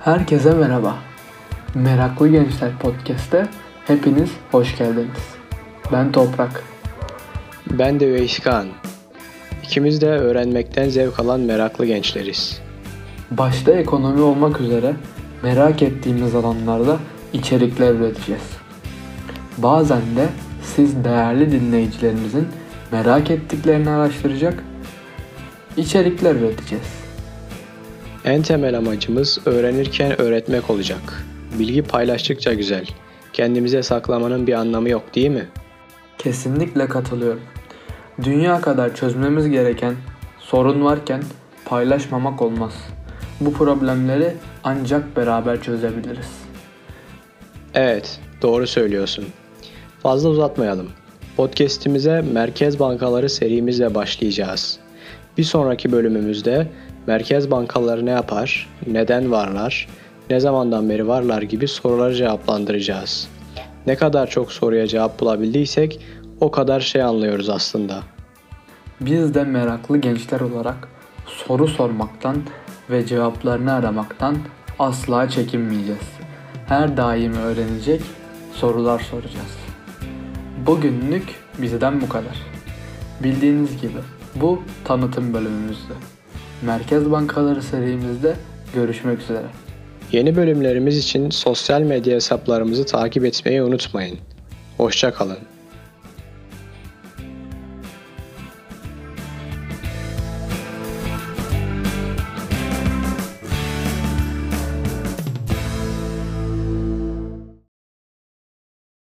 Herkese merhaba. Meraklı Gençler Podcast'te hepiniz hoş geldiniz. Ben Toprak. Ben de Veyskan. İkimiz de öğrenmekten zevk alan meraklı gençleriz. Başta ekonomi olmak üzere merak ettiğimiz alanlarda içerikler üreteceğiz. Bazen de siz değerli dinleyicilerimizin merak ettiklerini araştıracak içerikler üreteceğiz. En temel amacımız öğrenirken öğretmek olacak. Bilgi paylaştıkça güzel. Kendimize saklamanın bir anlamı yok, değil mi? Kesinlikle katılıyorum. Dünya kadar çözmemiz gereken sorun varken paylaşmamak olmaz. Bu problemleri ancak beraber çözebiliriz. Evet, doğru söylüyorsun. Fazla uzatmayalım. Podcast'imize Merkez Bankaları serimizle başlayacağız. Bir sonraki bölümümüzde merkez bankaları ne yapar, neden varlar, ne zamandan beri varlar gibi soruları cevaplandıracağız. Ne kadar çok soruya cevap bulabildiysek o kadar şey anlıyoruz aslında. Biz de meraklı gençler olarak soru sormaktan ve cevaplarını aramaktan asla çekinmeyeceğiz. Her daim öğrenecek sorular soracağız. Bugünlük bizden bu kadar. Bildiğiniz gibi bu tanıtım bölümümüzdü. Merkez Bankaları serimizde görüşmek üzere. Yeni bölümlerimiz için sosyal medya hesaplarımızı takip etmeyi unutmayın. Hoşça kalın.